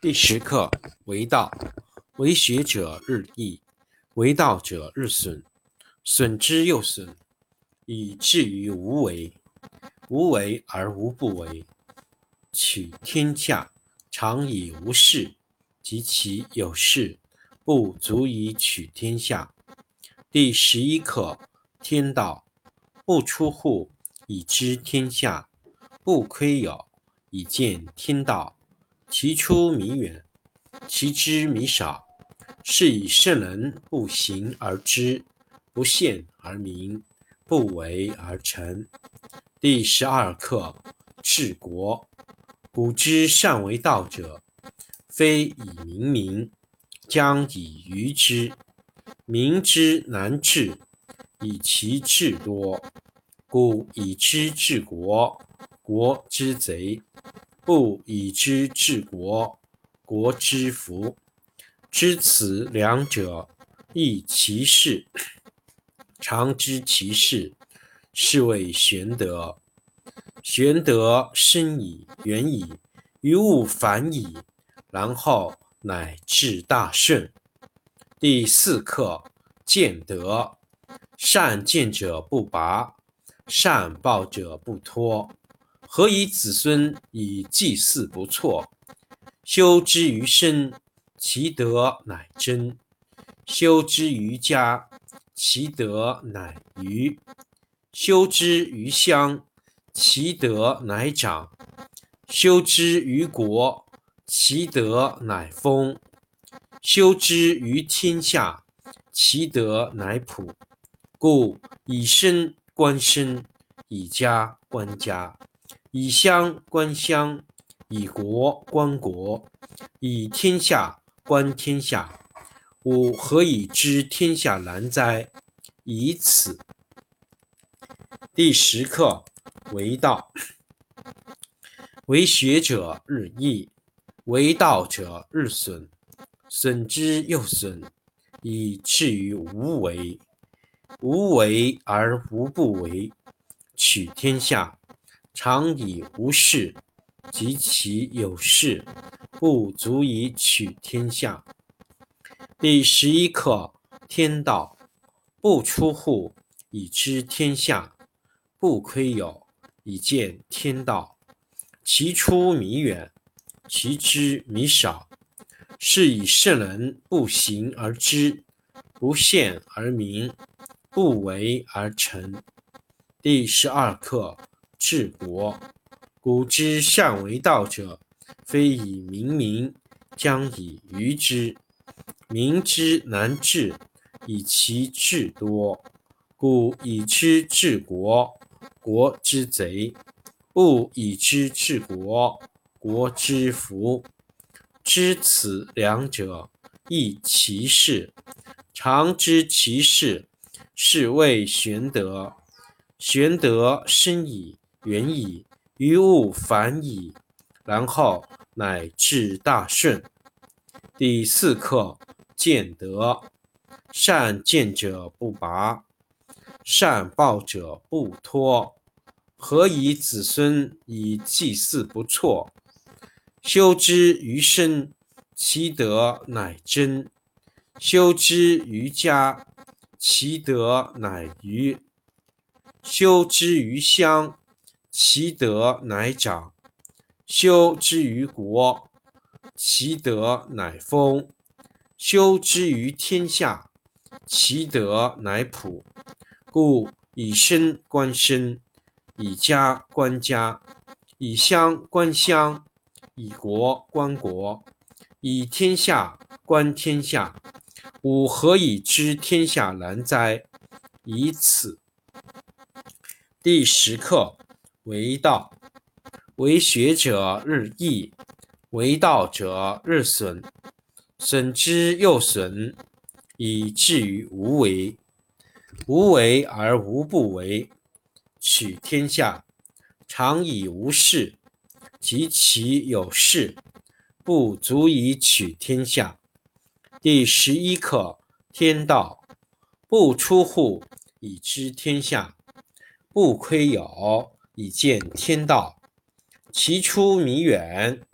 第10课为道，为学者日益，为道者日损，损之又损，以至于无为。无为而无不为。取天下常以无事，及其有事，不足以取天下。第11课天道，不出户，以知天下；不窥牖，以见天道。其出弥远，其知弥少。是以圣人不行而知，不见而明，不为而成。第12课治国。古之善为道者，非以明民，将以愚之。民之难治，以其智多。故以知治国，国之贼；不以知治国，国之福。知此两者，亦其事。常知其事，是谓玄德。玄德深矣，远矣，于物反矣，然后乃至大顺。第4课见德。善见者不拔，善抱者不脱。何以子孙以祭祀不辍？修之于身，其德乃真；修之于家，其德乃余；修之于乡，其德乃长；修之于国，其德乃丰；修之于天下，其德乃普。故以身观身，以家观家，以乡观乡，以国观国，以天下观天下。吾何以知天下难哉？以此。第10课为道。为学者日益，为道者日损，损之又损，以至于无为。无为而无不为。取天下常以无事，及其有事，不足以取天下。第11课天道。不出户，以知天下；不窥牖，以见天道。其出弥远，其知弥少。是以圣人不行而知，不见而明，不为而成。第12课治国。古之善为道者，非以明民，将以愚之。民之难治，以其智多。故以知治国，国之贼；不以知治国，国之福。知此两者，亦其事。常知其事，是谓玄德。玄德深矣，远矣，于物反矣，然后乃至大顺。第4课见德。善见者不拔，善抱者不脱。何以子孙以祭祀不辍？修之于身，其德乃真；修之于家，其德乃余；修之于乡，其德乃长；修之于国，其德乃丰；修之于天下，其德乃普。故以身观身，以家观家，以乡观乡，以国观国，以天下观天下。吾何以知天下难哉？以此。第10课为道。为学者日益，为道者日损，损之又损，以至于无为。无为而无不为。取天下常以无事，及其有事，不足以取天下。第11课天道。不出户，以知天下；不窥牖，以见天道。其出弥远，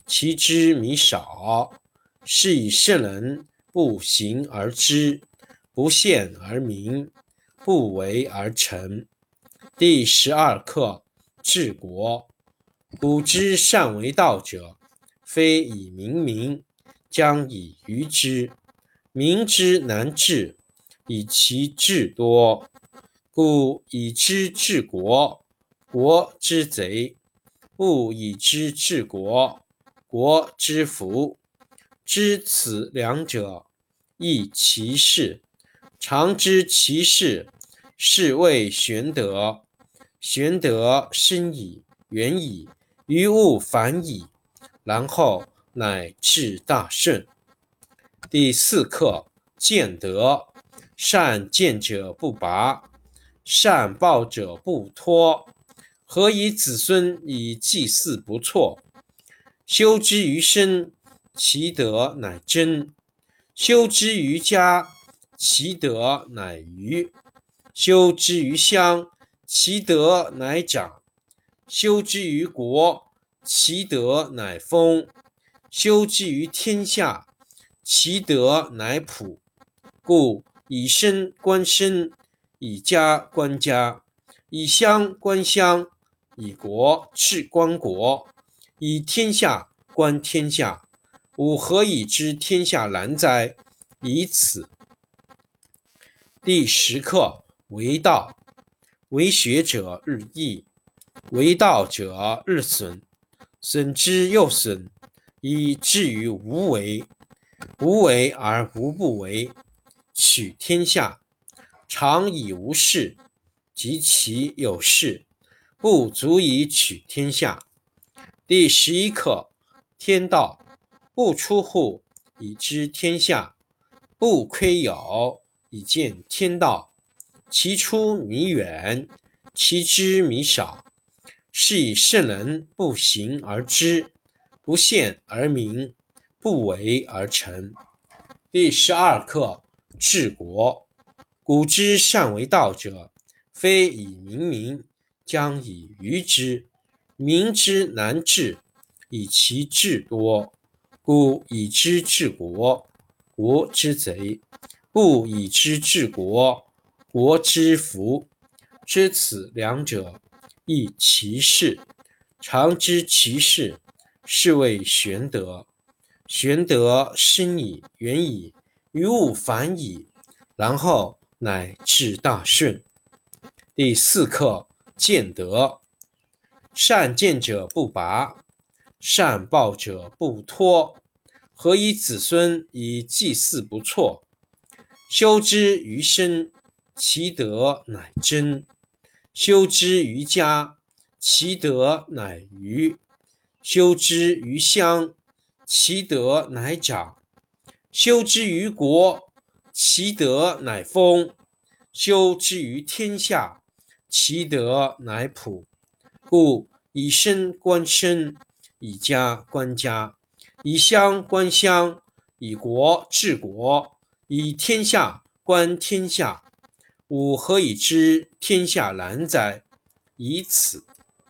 其知弥少。是以圣人不行而知，不见而明，不为而成。第12课治国。古之善为道者，非以明民，将以愚之。民之难治，以其智多。故以知治国，国之贼；不以知治国，国之福。知此两者，亦其事。常知其事，是谓玄德。玄德深矣，远矣，于物反矣，然后乃至大顺。第4课见德。善见者不拔，善抱者不脱。何以子孙以祭祀不辍？修之于身，其德乃真；修之于家，其德乃余；修之于乡，其德乃长；修之于国，其德乃丰；修之于天下，其德乃普。故以身观身，以家观家，以乡观乡，以国观国，以天下观天下。吾何以知天下然哉？以此。第10课为道。为学者日益，为道者日损，损之又损，以至于无为。无为而无不为。取天下常以无事，及其有事，不足以取天下。第11课天道。不出户，以知天下；不窥牖，以见天道。其出弥远，其知弥少。是以圣人不行而知，不见而明，不为而成。第12课治国。古之善为道者，非以明民，将以愚之。民之难治，以其智多。故以知治国，国之贼；不以知治国，国之福。知此两者，亦其事。常知其事，是谓玄德。玄德深矣，远矣，于物反矣，然后乃至大顺。第4课见德。善见者不拔，善抱者不脱。何以子孙以祭祀不辍？修之于身，其德乃真；修之于家，其德乃余；修之于乡，其德乃长；修之于国，其德乃丰；修之于天下，其德乃普。故以身观身，以家观家，以乡观乡，以国治国，以天下观天下。吾何以知天下然哉？以此。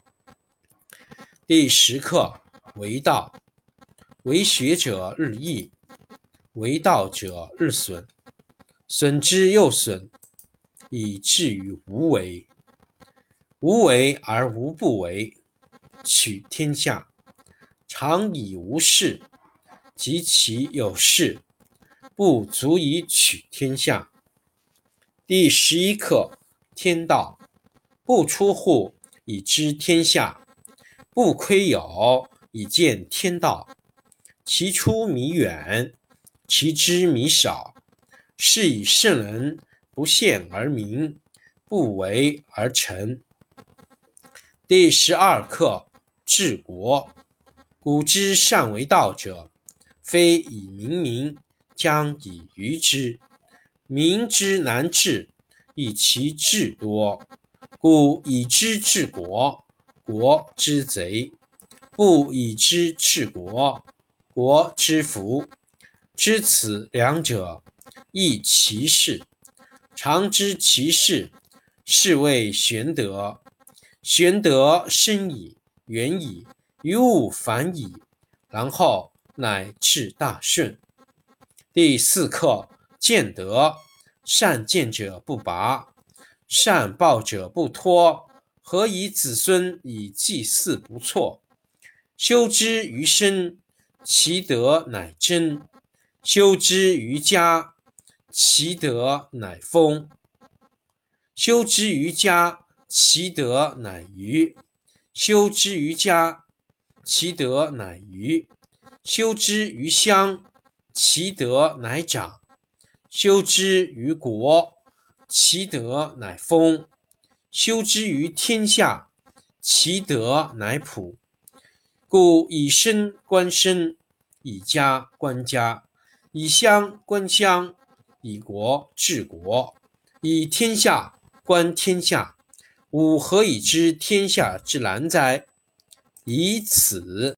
第10课为道。为学者日益，为道者日损，损之又损，以至于无为。无为而无不为。取天下常以无事，及其有事，不足以取天下。第11课天道。不出户，以知天下；不窥牖，以见天道。其出弥远，其知弥少。是以圣人不见而明，不为而成。第12课治国。古之善为道者，非以明民，将以愚之。民之难治，以其智多。故以知治国，国之贼；不以知治国，国之福。知此两者，亦其事。常知其事，是谓玄德。玄德深矣，远矣，于物反矣， 然后乃至大顺。第四课，见德。善见者不拔，善报者不脱。何以子孙以祭祀不辍？修之于身，其德乃真；修之于家，其德乃丰；修之于家，其德乃余；修之于家，其德乃余；修之于乡，其德乃长；修之于国，其德乃丰；修之于天下，其德乃普。故以身观身，以家观家，以乡观乡，以国治国，以天下观天下。吾何以知天下之难哉？以此。